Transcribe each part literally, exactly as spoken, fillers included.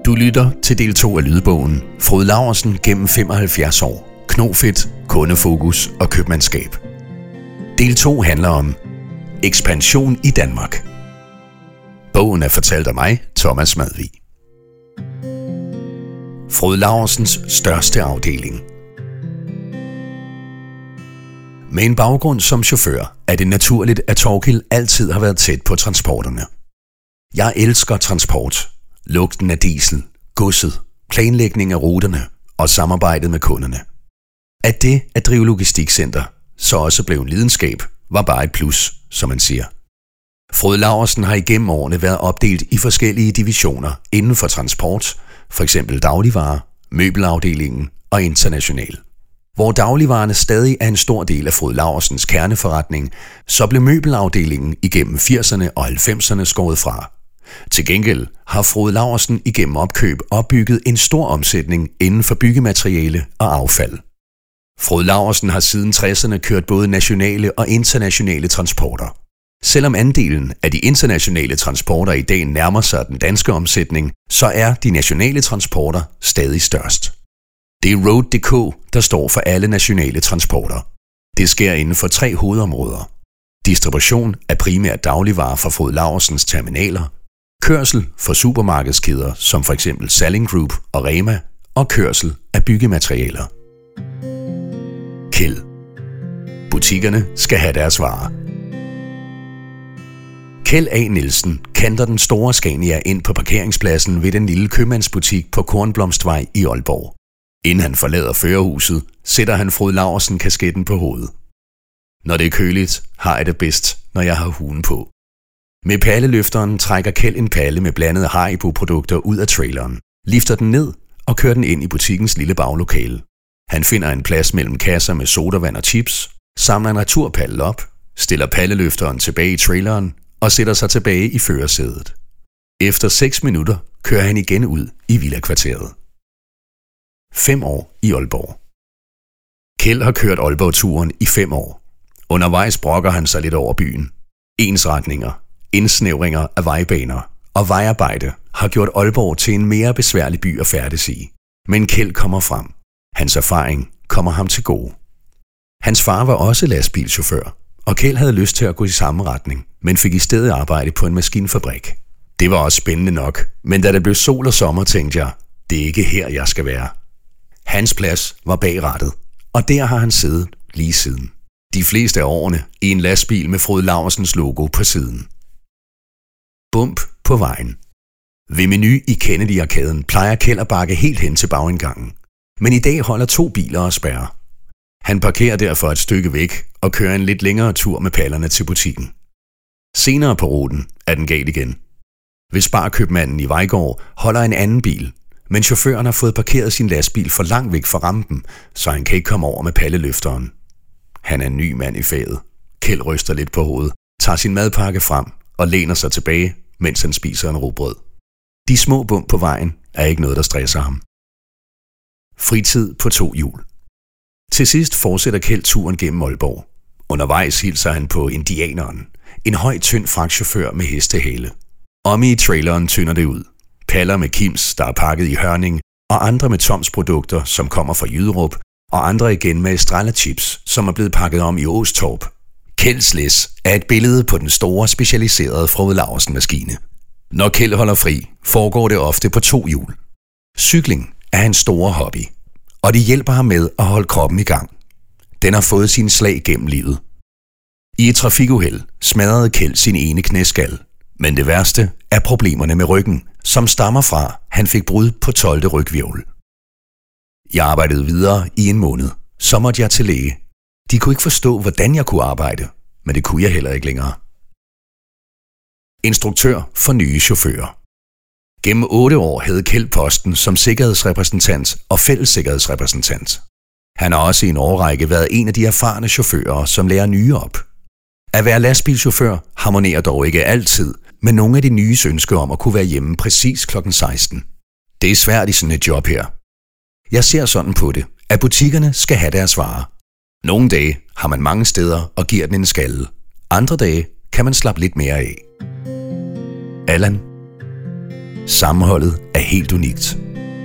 Du lytter til del to af lydbogen Frode Laursen gennem femoghalvfjerds år, knofedt, kundefokus og købmandskab. Del to handler om ekspansion i Danmark. Bogen er fortalt af mig, Thomas Madvig. Frode Laursens største afdeling. Med en baggrund som chauffør er det naturligt, at Thorkild altid har været tæt på transporterne. Jeg elsker transport, lugten af diesel, godset, planlægning af ruterne og samarbejdet med kunderne. At det at drive logistikcenter så også blev en lidenskab, var bare et plus, som man siger. Frode Laursen har igennem årene været opdelt i forskellige divisioner inden for transport, f.eks. dagligvarer, møbelafdelingen og international. Hvor dagligvarerne stadig er en stor del af Frode Laursens kerneforretning, så blev møbelafdelingen igennem firserne og halvfemserne skåret fra. Til gengæld har Frode Laursen igennem opkøb opbygget en stor omsætning inden for byggemateriale og affald. Frode Laursen har siden tresserne kørt både nationale og internationale transporter. Selvom andelen af de internationale transporter i dag nærmer sig den danske omsætning, så er de nationale transporter stadig størst. Det er Road punktum d k, der står for alle nationale transporter. Det sker inden for tre hovedområder. Distribution af primært dagligvarer fra Frode Laursens terminaler, kørsel for supermarkedskæder som f.eks. Salling Group og Rema, og kørsel af byggematerialer. Keld. Butikkerne skal have deres varer. Kjeld A. Nielsen kanter den store Scania ind på parkeringspladsen ved den lille købmandsbutik på Kornblomstvej i Aalborg. Inden han forlader førerhuset, sætter han Frode Laursen kasketten på hovedet. Når det er køligt, har jeg det bedst, når jeg har huen på. Med palleløfteren trækker Kjeld en palle med blandede Haribo-produkter ud af traileren, lifter den ned og kører den ind i butikkens lille baglokale. Han finder en plads mellem kasser med sodavand og chips, samler en returpalle op, stiller palleløfteren tilbage i traileren og sætter sig tilbage i førersædet. Efter seks minutter kører han igen ud i villakvarteret. Fem år i Aalborg. Kjeld har kørt Aalborg-turen i fem år. Undervejs brokker han sig lidt over byen. Ensretninger, indsnævringer af vejbaner og vejarbejde har gjort Aalborg til en mere besværlig by at færdes i. Men Kjeld kommer frem. Hans erfaring kommer ham til gode. Hans far var også lastbilchauffør, og Kjeld havde lyst til at gå i samme retning, men fik i stedet arbejde på en maskinfabrik. Det var også spændende nok, men da det blev sol og sommer, tænkte jeg, det er ikke her, jeg skal være. Hans plads var bag rattet, og der har han siddet lige siden. De fleste af årene i en lastbil med Frode Laursens logo på siden. Bump på vejen. Ved Meny i Kennedy-arkaden plejer Kjeld at bakke helt hen til bagindgangen, men i dag holder to biler og spærrer. Han parkerer derfor et stykke væk og kører en lidt længere tur med pallerne til butikken. Senere på ruten er den galt igen. Ved sparkøbmanden i Vejgaard holder en anden bil, men chaufføren har fået parkeret sin lastbil for langt væk fra rampen, så han kan ikke komme over med palleløfteren. Han er en ny mand i faget. Kjeld ryster lidt på hovedet, tager sin madpakke frem og læner sig tilbage, mens han spiser en rugbrød. De små bump på vejen er ikke noget, der stresser ham. Fritid på to hjul. Til sidst fortsætter Kjeld turen gennem Aalborg. Undervejs hilser han på indianeren, en høj, tynd fragtchauffør med hestehale. Omme i traileren tynder det ud. Paller med kims, der er pakket i Hørning, og andre med Toms produkter, som kommer fra Jyderup, og andre igen med Estrella chips, som er blevet pakket om i Åstorp. Kjelds læs er et billede på den store, specialiserede Frode Laursen-maskine. Når Kjeld holder fri, foregår det ofte på to hjul. Cykling er hans store hobby, og det hjælper ham med at holde kroppen i gang. Den har fået sine slag gennem livet. I et trafikuheld smadrede Kjeld sin ene knæskal, men det værste er problemerne med ryggen, som stammer fra, han fik brud på tolvte ryghvirvel. Jeg arbejdede videre i en måned. Så måtte jeg til læge. De kunne ikke forstå, hvordan jeg kunne arbejde, men det kunne jeg heller ikke længere. Instruktør for nye chauffører. Gennem otte år havde Kjeld posten som sikkerhedsrepræsentant og fællessikkerhedsrepræsentant. Han har også i en årrække været en af de erfarne chauffører, som lærer nye op. At være lastbilchauffør harmonerer dog ikke altid med nogle af de nyes ønsker om at kunne være hjemme præcis klokken seksten. Det er svært i sådan et job her. Jeg ser sådan på det, at butikkerne skal have deres varer. Nogle dage har man mange steder og giver den en skalle. Andre dage kan man slappe lidt mere af. Allan. Sammenholdet er helt unikt.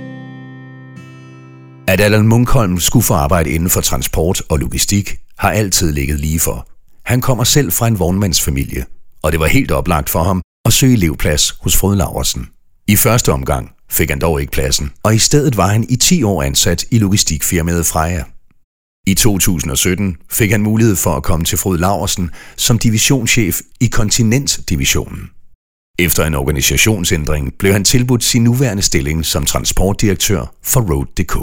At Allan Munkholm skulle få arbejde inden for transport og logistik, har altid ligget lige for. Han kommer selv fra en vognmandsfamilie, og det var helt oplagt for ham at søge elevplads hos Frode Laursen. I første omgang fik han dog ikke pladsen, og i stedet var han i ti år ansat i logistikfirmaet Freja. I to tusind og sytten fik han mulighed for at komme til Frode Laursen som divisionschef i kontinentdivisionen. Efter en organisationsændring blev han tilbudt sin nuværende stilling som transportdirektør for Road punktum d k.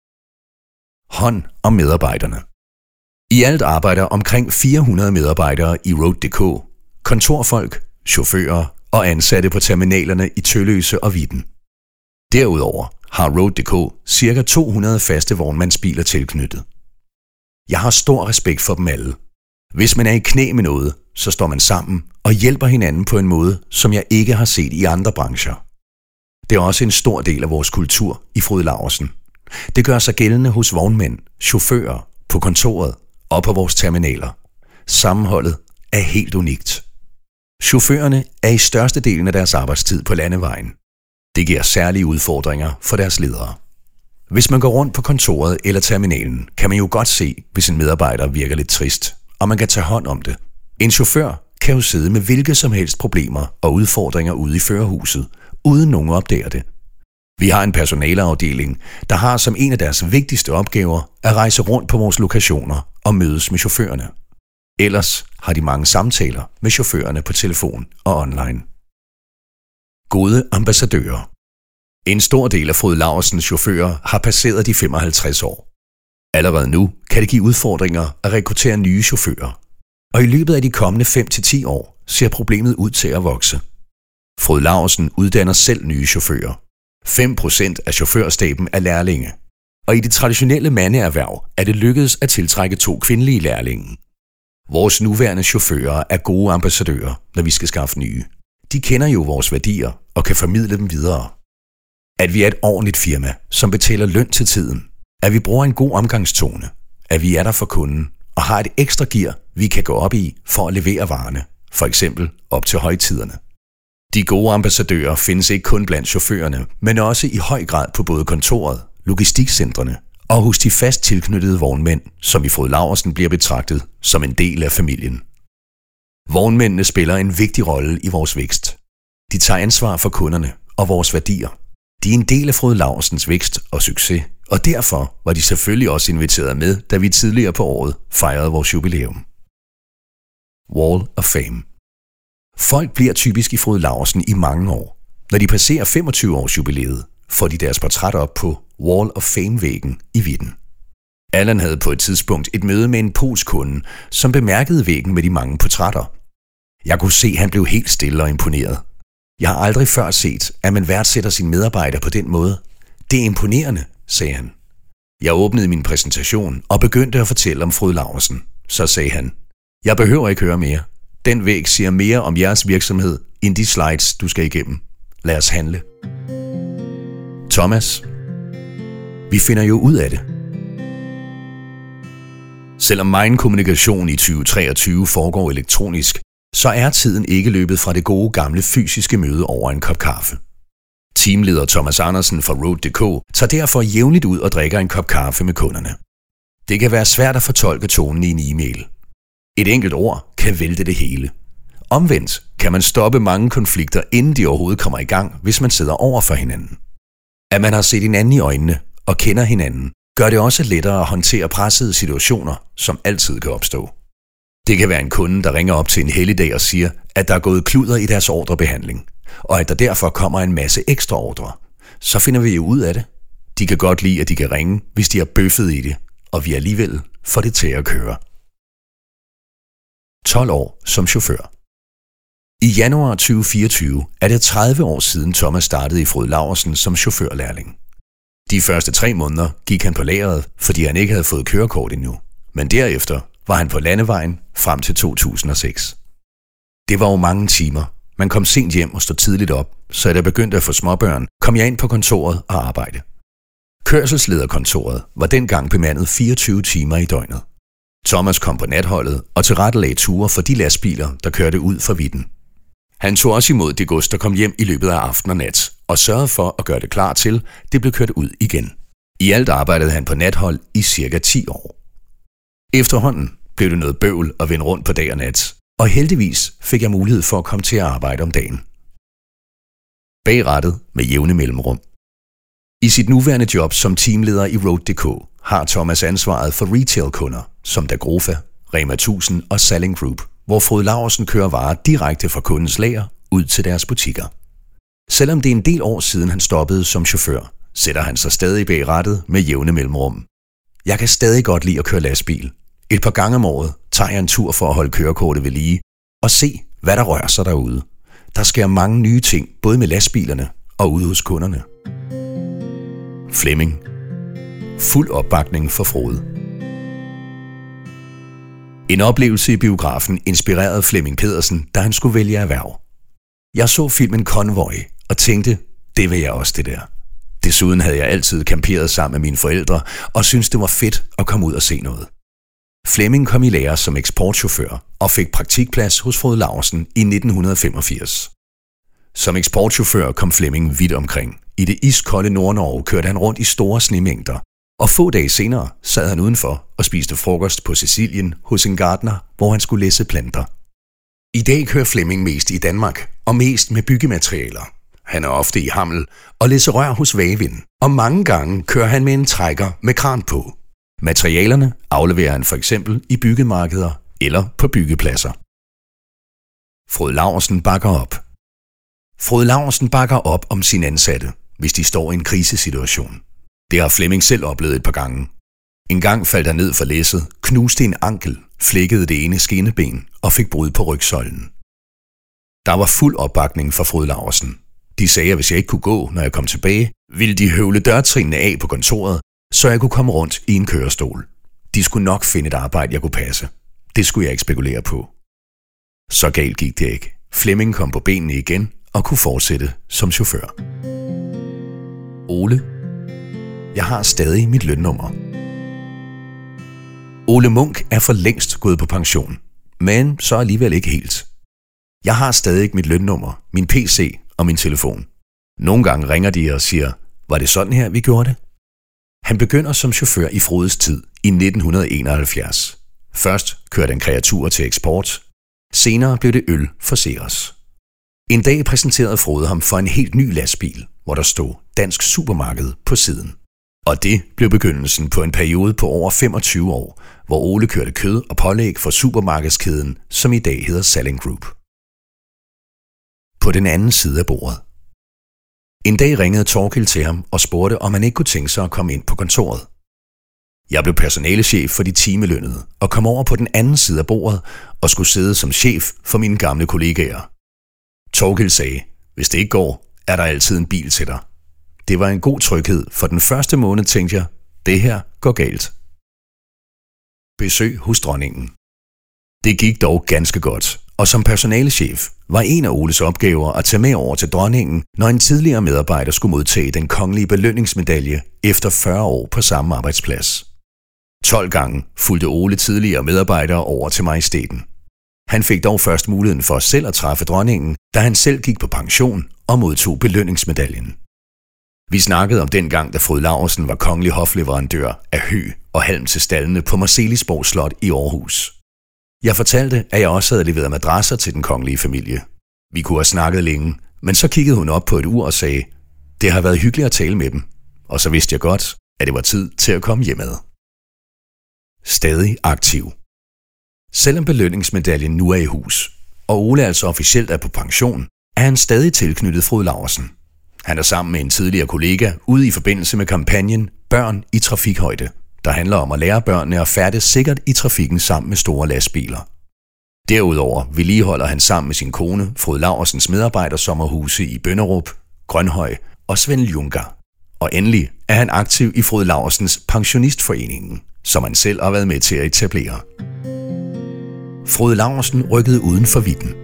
Hånd om medarbejderne. I alt arbejder omkring fire hundrede medarbejdere i Road punktum d k, kontorfolk, chauffører og ansatte på terminalerne i Tølløse og Vitten. Derudover har Road punktum d k ca. to hundrede faste vognmandsbiler tilknyttet. Jeg har stor respekt for dem alle. Hvis man er i knæ med noget, så står man sammen og hjælper hinanden på en måde, som jeg ikke har set i andre brancher. Det er også en stor del af vores kultur i Frode Laursen. Det gør sig gældende hos vognmænd, chauffører, på kontoret og på vores terminaler. Sammenholdet er helt unikt. Chaufførerne er i størstedelen af deres arbejdstid på landevejen. Det giver særlige udfordringer for deres ledere. Hvis man går rundt på kontoret eller terminalen, kan man jo godt se, hvis en medarbejder virker lidt trist, og man kan tage hånd om det. En chauffør kan jo sidde med hvilke som helst problemer og udfordringer ude i førerhuset, uden nogen opdager det. Vi har en personaleafdeling, der har som en af deres vigtigste opgaver at rejse rundt på vores lokationer og mødes med chaufførerne. Ellers har de mange samtaler med chaufførerne på telefon og online. Gode ambassadører. En stor del af Frode Laursens chauffører har passeret de femoghalvtreds år. Allerede nu kan det give udfordringer at rekruttere nye chauffører. Og i løbet af de kommende fem til ti år ser problemet ud til at vokse. Frode Laursen uddanner selv nye chauffører. fem procent af chaufførstaben er lærlinge. Og i det traditionelle mandeerhverv er det lykkedes at tiltrække to kvindelige lærlinge. Vores nuværende chauffører er gode ambassadører, når vi skal skaffe nye. De kender jo vores værdier og kan formidle dem videre. At vi er et ordentligt firma, som betaler løn til tiden. At vi bruger en god omgangstone. At vi er der for kunden og har et ekstra gear, vi kan gå op i for at levere varerne, for eksempel op til højtiderne. De gode ambassadører findes ikke kun blandt chaufførerne, men også i høj grad på både kontoret, logistikcentrene og hos de fast tilknyttede vognmænd, som i Frode Laursen bliver betragtet som en del af familien. Vognmændene spiller en vigtig rolle i vores vækst. De tager ansvar for kunderne og vores værdier. De er en del af Frode Laursens vækst og succes, og derfor var de selvfølgelig også inviteret med, da vi tidligere på året fejrede vores jubilæum. Wall of Fame. Folk bliver typisk i Frode Laursen i mange år. Når de passerer femogtyve års jubilæet, får de deres portræt op på Wall of Fame-væggen i Vitten. Allan havde på et tidspunkt et møde med en polsk kunde, som bemærkede væggen med de mange portrætter. Jeg kunne se, at han blev helt stille og imponeret. Jeg har aldrig før set, at man værdsætter sine medarbejdere på den måde. Det er imponerende, sagde han. Jeg åbnede min præsentation og begyndte at fortælle om Frode Laursen. Så sagde han, jeg behøver ikke høre mere. Den væg siger mere om jeres virksomhed, end de slides, du skal igennem. Lad os handle. Thomas, vi finder jo ud af det. Selvom megen kommunikation i tyve treogtyve foregår elektronisk, så er tiden ikke løbet fra det gode gamle fysiske møde over en kop kaffe. Teamleder Thomas Andersen fra Road punktum d k tager derfor jævnligt ud og drikker en kop kaffe med kunderne. Det kan være svært at fortolke tonen i en e-mail. Et enkelt ord kan vælte det hele. Omvendt kan man stoppe mange konflikter, inden de overhovedet kommer i gang, hvis man sidder over for hinanden. At man har set hinanden i øjnene og kender hinanden, gør det også lettere at håndtere pressede situationer, som altid kan opstå. Det kan være en kunde, der ringer op til en helligdag og siger, at der er gået kluder i deres ordrebehandling, og at der derfor kommer en masse ekstra ordre. Så finder vi jo ud af det. De kan godt lide, at de kan ringe, hvis de har bøffet i det, og vi alligevel får det til at køre. tolv år som chauffør. I januar tyve fireogtyve er det tredive år siden Thomas startede i Frode Laursen som chaufførlærling. De første tre måneder gik han på lageret, fordi han ikke havde fået kørekort endnu, men derefter var han på landevejen frem til to tusind og seks. Det var jo mange timer. Man kom sent hjem og stod tidligt op, så da jeg begyndte at få småbørn, kom jeg ind på kontoret og arbejde. Kørselslederkontoret var dengang bemandet fireogtyve timer i døgnet. Thomas kom på natholdet og tilrettelagde ture for de lastbiler, der kørte ud fra Vitten. Han tog også imod det gods, der kom hjem i løbet af aften og nat, og sørgede for at gøre det klar til, det blev kørt ud igen. I alt arbejdede han på nathold i cirka ti år. Efterhånden blev det noget bøvl at vende rundt på dag og nat, og heldigvis fik jeg mulighed for at komme til at arbejde om dagen. Bag rattet med jævne mellemrum. I sit nuværende job som teamleder i Road punktum d k har Thomas ansvaret for retailkunder som Dagrofa, Rema tusind og Salling Group, hvor Frode Laursen kører varer direkte fra kundens lager ud til deres butikker. Selvom det er en del år siden han stoppede som chauffør, sætter han sig stadig bag rattet med jævne mellemrum. Jeg kan stadig godt lide at køre lastbil. Et par gange om året tager jeg en tur for at holde kørekortet ved lige og se, hvad der rører sig derude. Der sker mange nye ting, både med lastbilerne og ude hos kunderne. Flemming. Fuld opbakning for Frode. En oplevelse i biografen inspirerede Flemming Pedersen, da han skulle vælge erhverv. Jeg så filmen Convoy og tænkte, det vil jeg også det der. Desuden havde jeg altid camperet sammen med mine forældre og syntes det var fedt at komme ud og se noget. Flemming kom i lære som eksportchauffør og fik praktikplads hos Frode Laursen i nitten femogfirs. Som eksportchauffør kom Flemming vidt omkring. I det iskolde Nord-Norge kørte han rundt i store snemængder, og få dage senere sad han udenfor og spiste frokost på Sicilien hos en gartner, hvor han skulle læse planter. I dag kører Flemming mest i Danmark, og mest med byggematerialer. Han er ofte i Hammel og læser rør hos Vagevind, og mange gange kører han med en trækker med kran på. Materialerne afleverer han for eksempel i byggemarkeder eller på byggepladser. Frode Laursen bakker op. Frode Laursen bakker op om sine ansatte, hvis de står i en krisesituation. Det har Flemming selv oplevet et par gange. En gang faldt han ned for læsset, knuste en ankel, flækkede det ene skinneben og fik brud på rygsøjlen. Der var fuld opbakning fra Frode Laursen. De sagde, at hvis jeg ikke kunne gå, når jeg kom tilbage, ville de høvle dørtrinene af på kontoret, så jeg kunne komme rundt i en kørestol. De skulle nok finde et arbejde, jeg kunne passe. Det skulle jeg ikke spekulere på. Så galt gik det ikke. Flemming kom på benene igen og kunne fortsætte som chauffør. Ole. Jeg har stadig mit lønnummer. Ole Munk er for længst gået på pension, men så alligevel ikke helt. Jeg har stadig mit lønnummer, min P C og min telefon. Nogle gange ringer de og siger, var det sådan her, vi gjorde det? Han begynder som chauffør i Frodes tid i nitten enoghalvfjerds. Først kørte han kreaturer til eksport. Senere blev det øl for Ceres. En dag præsenterede Frode ham for en helt ny lastbil, hvor der stod Dansk Supermarked på siden. Og det blev begyndelsen på en periode på over femogtyve år, hvor Ole kørte kød og pålæg for supermarkedskæden, som i dag hedder Salling Group. På den anden side af bordet. En dag ringede Torkild til ham og spurgte, om han ikke kunne tænke sig at komme ind på kontoret. Jeg blev personalechef for de timelønnede og kom over på den anden side af bordet og skulle sidde som chef for mine gamle kollegaer. Torkild sagde, hvis det ikke går, er der altid en bil til dig. Det var en god tryghed, for den første måned tænkte jeg, det her går galt. Besøg hos dronningen. Det gik dog ganske godt, og som personalechef var en af Oles opgaver at tage med over til dronningen, når en tidligere medarbejder skulle modtage den kongelige belønningsmedalje efter fyrre år på samme arbejdsplads. tolv gange fulgte Ole tidligere medarbejdere over til majestæten. Han fik dog først muligheden for selv at træffe dronningen, da han selv gik på pension og modtog belønningsmedaljen. Vi snakkede om dengang, da Frode Laursen var kongelig hofleverandør af hø og halm til staldene på Marselisborg Slot i Aarhus. Jeg fortalte, at jeg også havde leveret madrasser til den kongelige familie. Vi kunne have snakket længe, men så kiggede hun op på et ur og sagde, det har været hyggeligt at tale med dem, og så vidste jeg godt, at det var tid til at komme hjemad. Stadig aktiv. Selvom belønningsmedaljen nu er i hus, og Ole altså officielt er på pension, er han stadig tilknyttet Frode Laursen. Han er sammen med en tidligere kollega ude i forbindelse med kampagnen Børn i trafikhøjde, der handler om at lære børnene at færdes sikkert i trafikken sammen med store lastbiler. Derudover vedligeholder han sammen med sin kone Frode Laursens medarbejdersommerhuse i Bønderup, Grønhøj og Svenljunga. Og endelig er han aktiv i Frode Laursens pensionistforeningen, som han selv har været med til at etablere. Frode Laursen rykkede uden for vidden.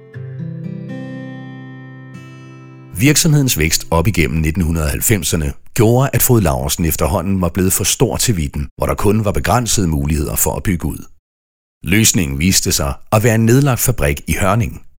Virksomhedens vækst op igennem nitten halvfemserne gjorde, at Frode Laursen efterhånden var blevet for stor til vidden, hvor der kun var begrænsede muligheder for at bygge ud. Løsningen viste sig at være en nedlagt fabrik i Hørning.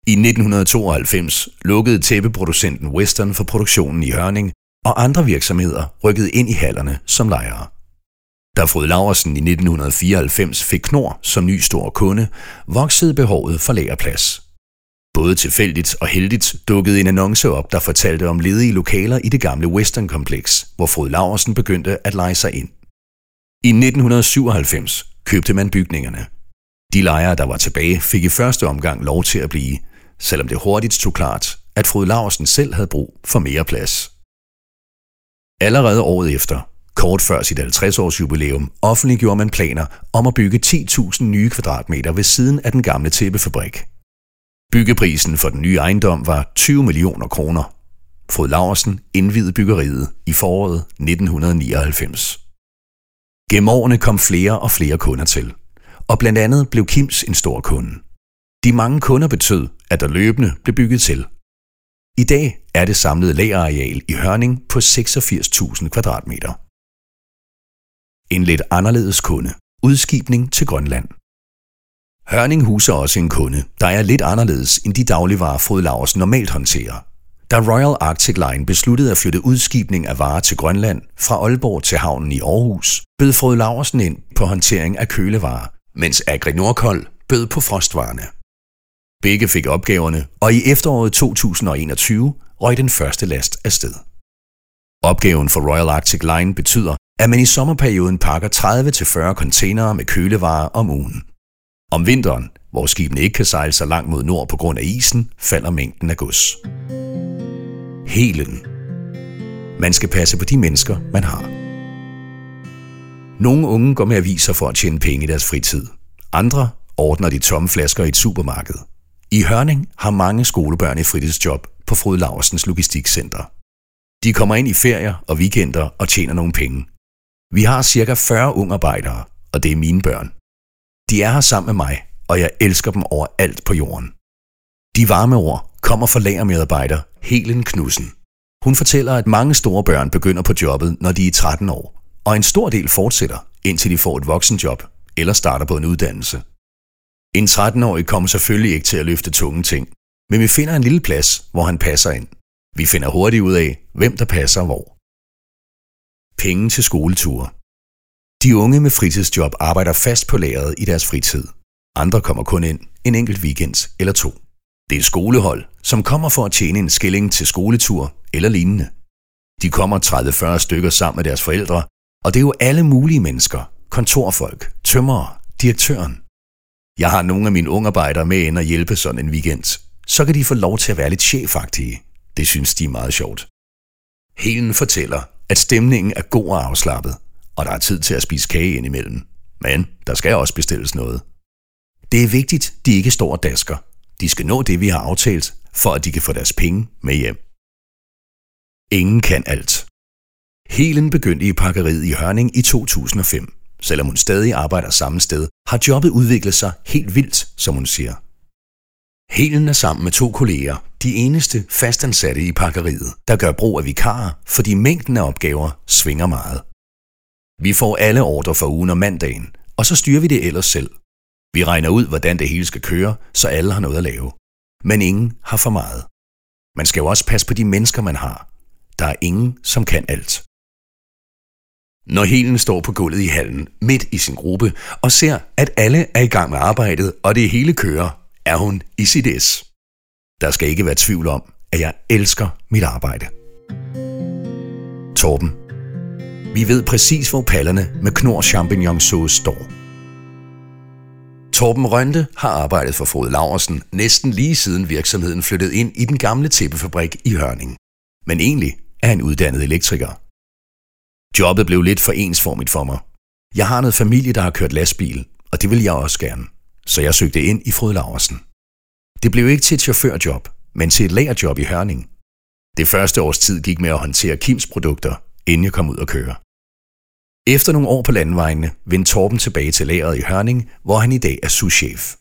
I nitten tooghalvfems lukkede tæppeproducenten Western for produktionen i Hørning, og andre virksomheder rykkede ind i hallerne som lejere. Da Frode Laursen i nitten fireoghalvfems fik Knorr som ny stor kunde, voksede behovet for lagerplads. Både tilfældigt og heldigt dukkede en annonce op, der fortalte om ledige lokaler i det gamle Western-kompleks, hvor Frode Laursen begyndte at leje sig ind. I nitten syvoghalvfems købte man bygningerne. De lejere, der var tilbage, fik i første omgang lov til at blive, selvom det hurtigt stod klart, at Frode Laursen selv havde brug for mere plads. Allerede året efter, kort før sit halvtreds-års jubilæum, offentliggjorde man planer om at bygge ti tusind nye kvadratmeter ved siden af den gamle tæppefabrik. Byggeprisen for den nye ejendom var tyve millioner kroner. Frode Laursen indviede byggeriet i foråret nitten nioghalvfems. Gennem årene kom flere og flere kunder til, og blandt andet blev Kims en stor kunde. De mange kunder betød, at der løbende blev bygget til. I dag er det samlede lagerareal i Hørning på seksogfirs tusind kvadratmeter. En lidt anderledes kunde. Udskibning til Grønland. Hørning huser også en kunde, der er lidt anderledes end de dagligvarer Frode Laursen normalt håndterer. Da Royal Arctic Line besluttede at flytte udskibning af varer til Grønland fra Aalborg til havnen i Aarhus, bød Frode Laursen ind på håndtering af kølevarer, mens Agri Nordkold bød på frostvarerne. Begge fik opgaverne, og i efteråret to tusind og enogtyve røg den første last afsted. Opgaven for Royal Arctic Line betyder, at man i sommerperioden pakker tredive til fyrre containere med kølevarer om ugen. Om vinteren, hvor skibene ikke kan sejle så langt mod nord på grund af isen, falder mængden af gods. Helen. Man skal passe på de mennesker, man har. Nogle unge går med aviser for at tjene penge i deres fritid. Andre ordner de tomme flasker i et supermarked. I Hørning har mange skolebørn i fritidsjob på Frode Laursens logistikcenter. De kommer ind i ferier og weekender og tjener nogle penge. Vi har cirka fyrre ungarbejdere, og det er mine børn. De er her sammen med mig, og jeg elsker dem over alt på jorden. De varme ord kommer fra lagermedarbejder Helen Knudsen. Hun fortæller, at mange store børn begynder på jobbet, når de er tretten år, og en stor del fortsætter, indtil de får et voksenjob eller starter på en uddannelse. En tretten-årig kommer selvfølgelig ikke til at løfte tunge ting, men vi finder en lille plads, hvor han passer ind. Vi finder hurtigt ud af, hvem der passer hvor. Penge til skoleture. De unge med fritidsjob arbejder fast på lageret i deres fritid. Andre kommer kun ind en enkelt weekend eller to. Det er skolehold, som kommer for at tjene en skilling til skoletur eller lignende. De kommer tredive til fyrre stykker sammen med deres forældre, og det er jo alle mulige mennesker. Kontorfolk, tømrere, direktøren. Jeg har nogle af mine ungarbejdere med ind og hjælpe sådan en weekend. Så kan de få lov til at være lidt chefagtige. Det synes de er meget sjovt. Helen fortæller, at stemningen er god og afslappet, og der er tid til at spise kage indimellem. Men der skal også bestilles noget. Det er vigtigt, de ikke står og dasker. De skal nå det, vi har aftalt, for at de kan få deres penge med hjem. Ingen kan alt. Helen begyndte i pakkeriet i Hørning i to tusind og fem. Selvom hun stadig arbejder samme sted, har jobbet udviklet sig helt vildt, som hun siger. Helen er sammen med to kolleger, de eneste fastansatte i pakkeriet, der gør brug af vikarer, fordi mængden af opgaver svinger meget. Vi får alle ordre for ugen om mandagen, og så styrer vi det ellers selv. Vi regner ud, hvordan det hele skal køre, så alle har noget at lave. Men ingen har for meget. Man skal jo også passe på de mennesker, man har. Der er ingen, som kan alt. Når Helen står på gulvet i hallen, midt i sin gruppe, og ser, at alle er i gang med arbejdet, og det hele kører, er hun i sit es. Der skal ikke være tvivl om, at jeg elsker mit arbejde. Torben. Vi ved præcis, hvor pallerne med Knorr champignonsauce står. Torben Rønte har arbejdet for Frode Laursen næsten lige siden virksomheden flyttede ind i den gamle tæppefabrik i Hørning. Men egentlig er han uddannet elektriker. Jobbet blev lidt for ensformigt for mig. Jeg har noget familie, der har kørt lastbil, og det vil jeg også gerne. Så jeg søgte ind i Frode Laursen. Det blev ikke til et chaufførjob, men til et lagerjob i Hørning. Det første års tid gik med at håndtere Kims produkter, inden jeg kom ud og køre. Efter nogle år på landevejene vendte Torben tilbage til lageret i Hørning, hvor han i dag er souschef.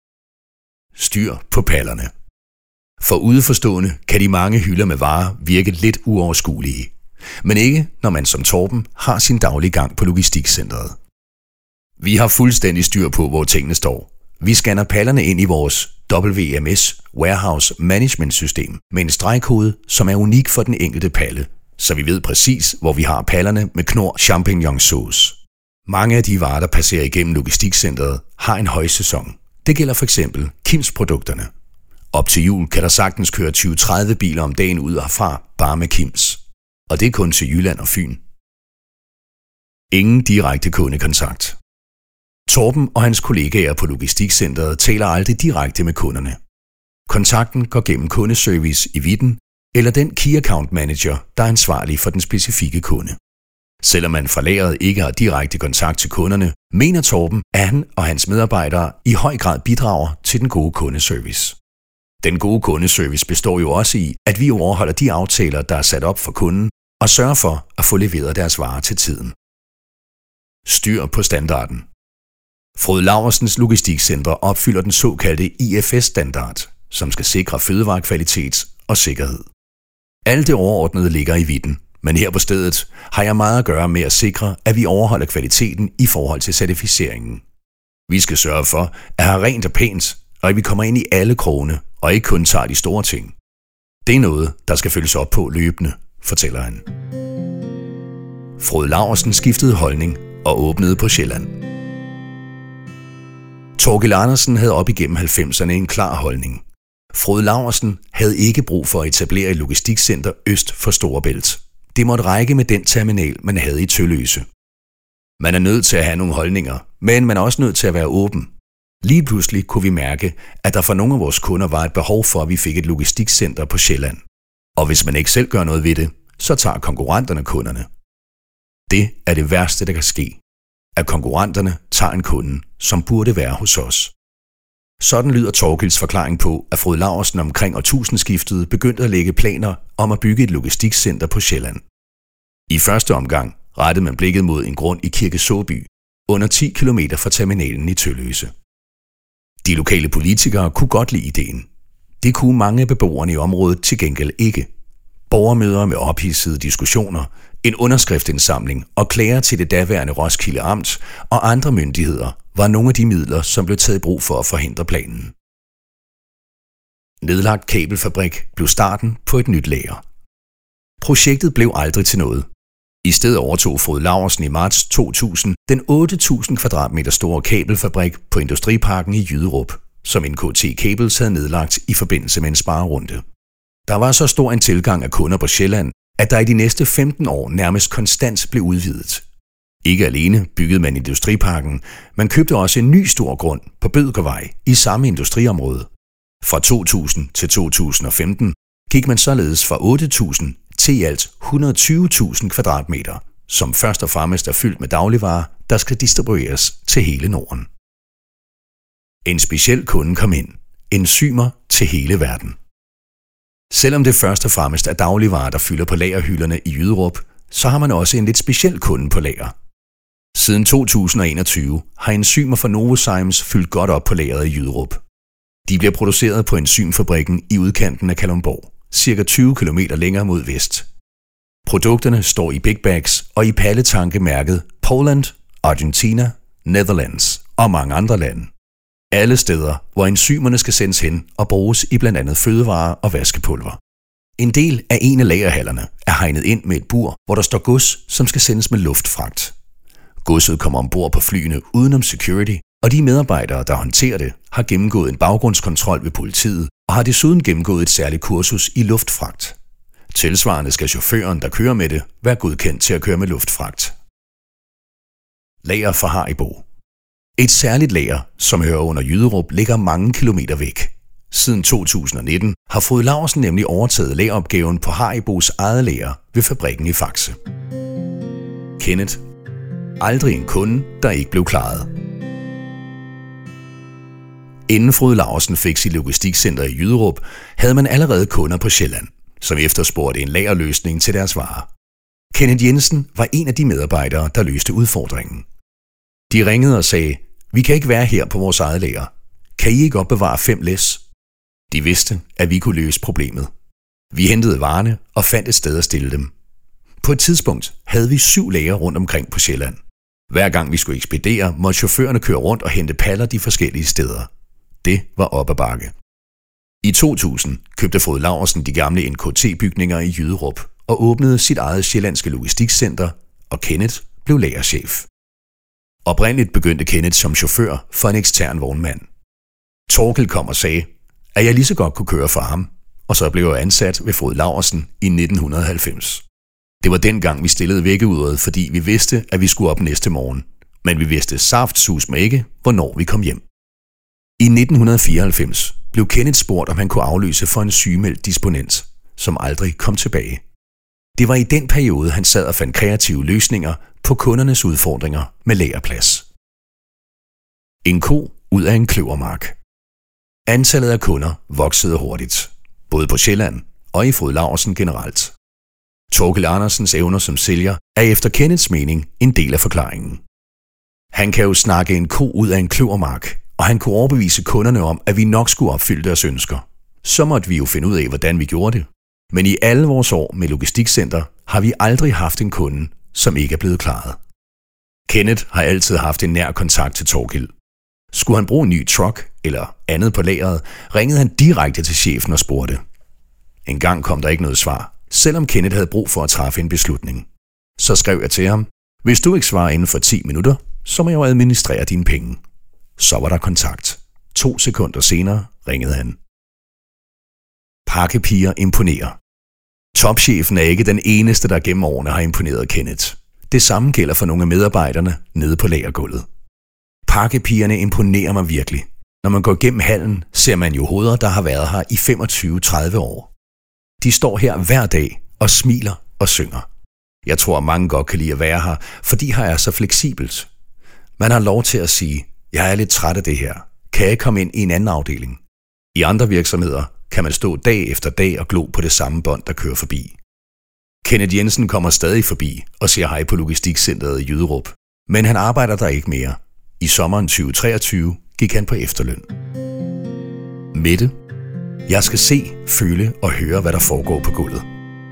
Styr på pallerne. For udeforstående kan de mange hylder med varer virke lidt uoverskuelige. Men ikke, når man som Torben har sin daglige gang på logistikcentret. Vi har fuldstændig styr på, hvor tingene står. Vi scanner pallerne ind i vores W M S Warehouse Management System med en stregkode, som er unik for den enkelte palle, så vi ved præcis, hvor vi har pallerne med knor champignonsauce. Mange af de varer, der passerer igennem logistikcentret, har en højsæson. Det gælder for eksempel Kims-produkterne. Op til jul kan der sagtens køre tyve til tredive biler om dagen ud herfra, bare med Kims. Og det er kun til Jylland og Fyn. Ingen direkte kundekontakt. Torben og hans kollegaer på logistikcentret taler aldrig direkte med kunderne. Kontakten går gennem kundeservice i Vitten eller den Key Account Manager, der er ansvarlig for den specifikke kunde. Selvom man fra lageret ikke har direkte kontakt til kunderne, mener Torben, at han og hans medarbejdere i høj grad bidrager til den gode kundeservice. Den gode kundeservice består jo også i, at vi overholder de aftaler, der er sat op for kunden, og sørger for at få leveret deres varer til tiden. Styr på standarden. Frode Laursens Logistikcentre opfylder den såkaldte I F S-standard, som skal sikre fødevarekvalitet og sikkerhed. Alt det overordnede ligger i Vitten, men her på stedet har jeg meget at gøre med at sikre, at vi overholder kvaliteten i forhold til certificeringen. Vi skal sørge for at have rent og pænt, og at vi kommer ind i alle krogene og ikke kun tager de store ting. Det er noget, der skal følges op på løbende, fortæller han. Frode Laursen skiftede holdning og åbnede på Sjælland. Torgild Andersen havde op igennem halvfemserne en klar holdning. Frode Laursen havde ikke brug for at etablere et logistikcenter øst for Storebælt. Det måtte række med den terminal, man havde i Tølløse. Man er nødt til at have nogle holdninger, men man er også nødt til at være åben. Lige pludselig kunne vi mærke, at der for nogle af vores kunder var et behov for, at vi fik et logistikcenter på Sjælland. Og hvis man ikke selv gør noget ved det, så tager konkurrenterne kunderne. Det er det værste, der kan ske. At konkurrenterne tager en kunde, som burde være hos os. Sådan lyder Torgilds forklaring på, at Frode Laursen omkring årtusindskiftet begyndte at lægge planer om at bygge et logistikcenter på Sjælland. I første omgang rettede man blikket mod en grund i Kirke Såby, under ti kilometer fra terminalen i Tølløse. De lokale politikere kunne godt lide ideen. Det kunne mange af beboerne i området til gengæld ikke. Borgermøder med ophidsede diskussioner, en underskriftindsamling og klager til det daværende Roskilde Amt og andre myndigheder var nogle af de midler, som blev taget i brug for at forhindre planen. Nedlagt kabelfabrik blev starten på et nyt lager. Projektet blev aldrig til noget. I stedet overtog Frode Laursen i marts to tusind den otte tusind kvadratmeter store kabelfabrik på Industriparken i Jyderup, som N K T Cables havde nedlagt i forbindelse med en sparerunde. Der var så stor en tilgang af kunder på Sjælland, at der i de næste femten år nærmest konstant blev udvidet. Ikke alene byggede man Industriparken, man købte også en ny stor grund på Bødkervej i samme industriområde. Fra to tusind til to tusind og femten gik man således fra otte tusind til i alt et hundrede og tyve tusind kvadratmeter, som først og fremmest er fyldt med dagligvarer, der skal distribueres til hele Norden. En speciel kunde kom ind. Enzymer til hele verden. Selvom det først og fremmest er dagligvarer, der fylder på lagerhylderne i Jyderup, så har man også en lidt speciel kunde på lager. Siden to tusind og enogtyve har enzymer fra Novozymes fyldt godt op på lageret i Jyderup. De bliver produceret på enzymfabrikken i udkanten af Kalundborg, cirka tyve kilometer længere mod vest. Produkterne står i big bags og i palletanke mærket Poland, Argentina, Netherlands og mange andre lande. Alle steder, hvor enzymerne skal sendes hen og bruges i blandt andet fødevarer og vaskepulver. En del af en af lagerhallerne er hegnet ind med et bur, hvor der står gods, som skal sendes med luftfragt. Godset kommer ombord på flyene udenom security, og de medarbejdere, der håndterer det, har gennemgået en baggrundskontrol ved politiet og har desuden gennemgået et særligt kursus i luftfragt. Tilsvarende skal chaufføren, der kører med det, være godkendt til at køre med luftfragt. Lager for Haribo. Et særligt lager, som hører under Jyderup, ligger mange kilometer væk. Siden to tusind og nitten har Frode Laursen nemlig overtaget lageropgaven på Haribos eget lager ved fabrikken i Faxe. Kenneth. Aldrig en kunde, der ikke blev klaret. Inden Frode Laursen fik sit logistikcenter i Jyderup, havde man allerede kunder på Sjælland, som efterspurgte en lagerløsning til deres varer. Kenneth Jensen var en af de medarbejdere, der løste udfordringen. De ringede og sagde, vi kan ikke være her på vores eget lager. Kan I ikke opbevare fem læs? De vidste, at vi kunne løse problemet. Vi hentede varerne og fandt et sted at stille dem. På et tidspunkt havde vi syv lager rundt omkring på Sjælland. Hver gang vi skulle ekspedere, måtte chaufførerne køre rundt og hente paller de forskellige steder. Det var op ad bakke. I to tusind købte Frode Laursen de gamle N K T-bygninger i Jyderup og åbnede sit eget sjællandske logistikcenter, og Kenneth blev lagerchef. Oprindeligt begyndte Kenneth som chauffør for en ekstern vognmand. Torkel kom og sagde, at jeg lige så godt kunne køre for ham, og så blev jeg ansat ved Frode Laursen i nitten halvfems. Det var dengang, vi stillede vækkeuret, fordi vi vidste, at vi skulle op næste morgen, men vi vidste saftsus med ikke, hvornår vi kom hjem. I nitten fireoghalvfems blev Kenneth spurgt, om han kunne afløse for en sygemeldt disponent, som aldrig kom tilbage. Det var i den periode, han sad og fandt kreative løsninger på kundernes udfordringer med lagerplads. En ko ud af en kløvermark. Antallet af kunder voksede hurtigt, både på Sjælland og i Frode Laursen generelt. Torkel Andersens evner som sælger er efter Kenneths mening en del af forklaringen. Han kan jo snakke en ko ud af en kløvermark, og han kunne overbevise kunderne om, at vi nok skulle opfylde deres ønsker. Så måtte vi jo finde ud af, hvordan vi gjorde det. Men i alle vores år med logistikcenter har vi aldrig haft en kunde, som ikke er blevet klaret. Kenneth har altid haft en nær kontakt til Torkild. Skulle han bruge en ny truck eller andet på lageret, ringede han direkte til chefen og spurgte. En gang kom der ikke noget svar, selvom Kenneth havde brug for at træffe en beslutning. Så skrev jeg til ham, hvis du ikke svarer inden for ti minutter, så må jeg jo administrere dine penge. Så var der kontakt. To sekunder senere ringede han. Pakkepiger imponerer. Topchefen er ikke den eneste, der gennem årene har imponeret Kenneth. Det samme gælder for nogle af medarbejderne nede på lagergulvet. Pakkepigerne imponerer mig virkelig. Når man går gennem hallen, ser man jo hoveder, der har været her i femogtyve til tredive år. De står her hver dag og smiler og synger. Jeg tror, mange godt kan lide at være her, fordi her er så fleksibelt. Man har lov til at sige, jeg er lidt træt af det her. Kan jeg komme ind i en anden afdeling? I andre virksomheder kan man stå dag efter dag og glo på det samme bånd, der kører forbi. Kenneth Jensen kommer stadig forbi og siger hej på logistikcenteret i Jyderup, men han arbejder der ikke mere. I sommeren tyve treogtyve gik han på efterløn. Mette. Jeg skal se, føle og høre, hvad der foregår på gulvet.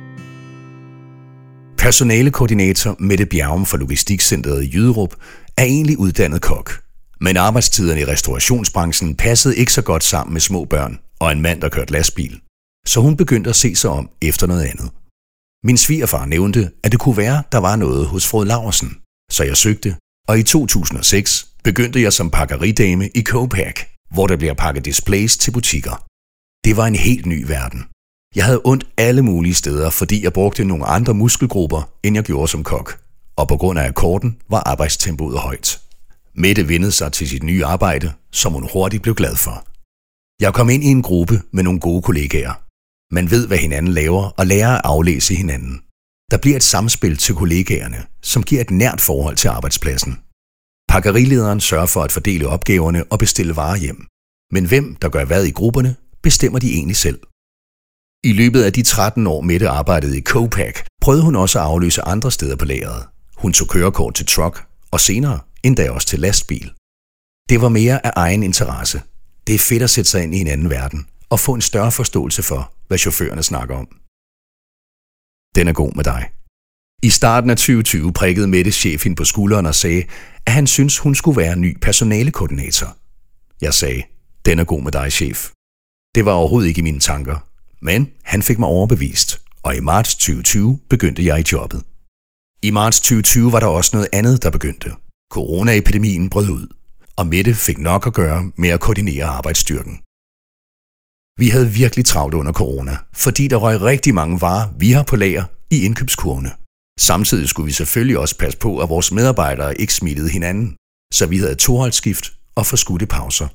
Personalekoordinator Mette Bjerrum for logistikcenteret i Jyderup er egentlig uddannet kok, men arbejdstiderne i restaurationsbranchen passede ikke så godt sammen med små børn og en mand, der kørte lastbil, så hun begyndte at se sig om efter noget andet. Min svigerfar nævnte, at det kunne være, der var noget hos Frode Laursen, så jeg søgte, og i to tusind og seks begyndte jeg som pakkeridame i Co-Pack, hvor der bliver pakket displays til butikker. Det var en helt ny verden. Jeg havde ondt alle mulige steder, fordi jeg brugte nogle andre muskelgrupper, end jeg gjorde som kok, og på grund af akkorden var arbejdstempoet højt. Mette vindede sig til sit nye arbejde, som hun hurtigt blev glad for. Jeg kom ind i en gruppe med nogle gode kollegaer. Man ved, hvad hinanden laver, og lærer at aflæse hinanden. Der bliver et samspil til kollegaerne, som giver et nært forhold til arbejdspladsen. Pakkerilederen sørger for at fordele opgaverne og bestille varer hjem. Men hvem, der gør hvad i grupperne, bestemmer de egentlig selv. I løbet af de tretten år, Mette arbejdede i Co-Pack, prøvede hun også at afløse andre steder på lageret. Hun tog kørekort til truck, og senere endda også til lastbil. Det var mere af egen interesse. Det er fedt at sætte sig ind i en anden verden og få en større forståelse for, hvad chaufførerne snakker om. Den er god med dig. I starten af tyve tyve prikkede Mettes chef hende på skulderen og sagde, at han synes, hun skulle være ny personalekoordinator. Jeg sagde, den er god med dig, chef. Det var overhovedet ikke i mine tanker, men han fik mig overbevist, og i marts tyve tyve begyndte jeg i jobbet. I marts tyve tyve var der også noget andet, der begyndte. Coronaepidemien brød ud, og Mette fik nok at gøre med at koordinere arbejdsstyrken. Vi havde virkelig travlt under corona, fordi der røg rigtig mange varer, vi har på lager, i indkøbskurvene. Samtidig skulle vi selvfølgelig også passe på, at vores medarbejdere ikke smittede hinanden, så vi havde toholdsskift og forskudte pauser.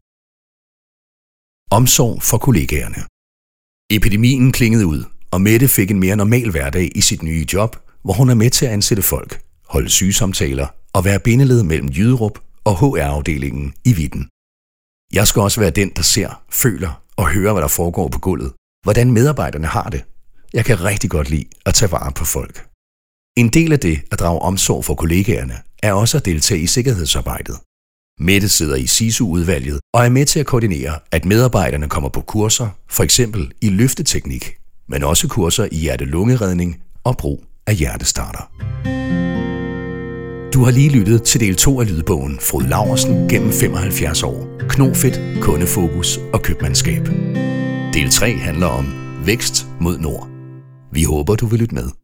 Omsorg for kollegaerne. Epidemien klingede ud, og Mette fik en mere normal hverdag i sit nye job, hvor hun er med til at ansætte folk, holde sygesamtaler og være bindeled mellem Jyderup og H R-afdelingen i Vitten. Jeg skal også være den, der ser, føler og hører, hvad der foregår på gulvet, hvordan medarbejderne har det. Jeg kan rigtig godt lide at tage vare på folk. En del af det at drage omsorg for kollegaerne er også at deltage i sikkerhedsarbejdet. Mette sidder i S I S U-udvalget og er med til at koordinere, at medarbejderne kommer på kurser, for eksempel i løfteteknik, men også kurser i hjerte-lungeredning og brug af hjertestarter. Du har lige lyttet til del to af lydbogen Frode Laursen gennem femoghalvfjerds år. Knofedt, kundefokus og købmandskab. Del tre handler om vækst mod nord. Vi håber, du vil lytte med.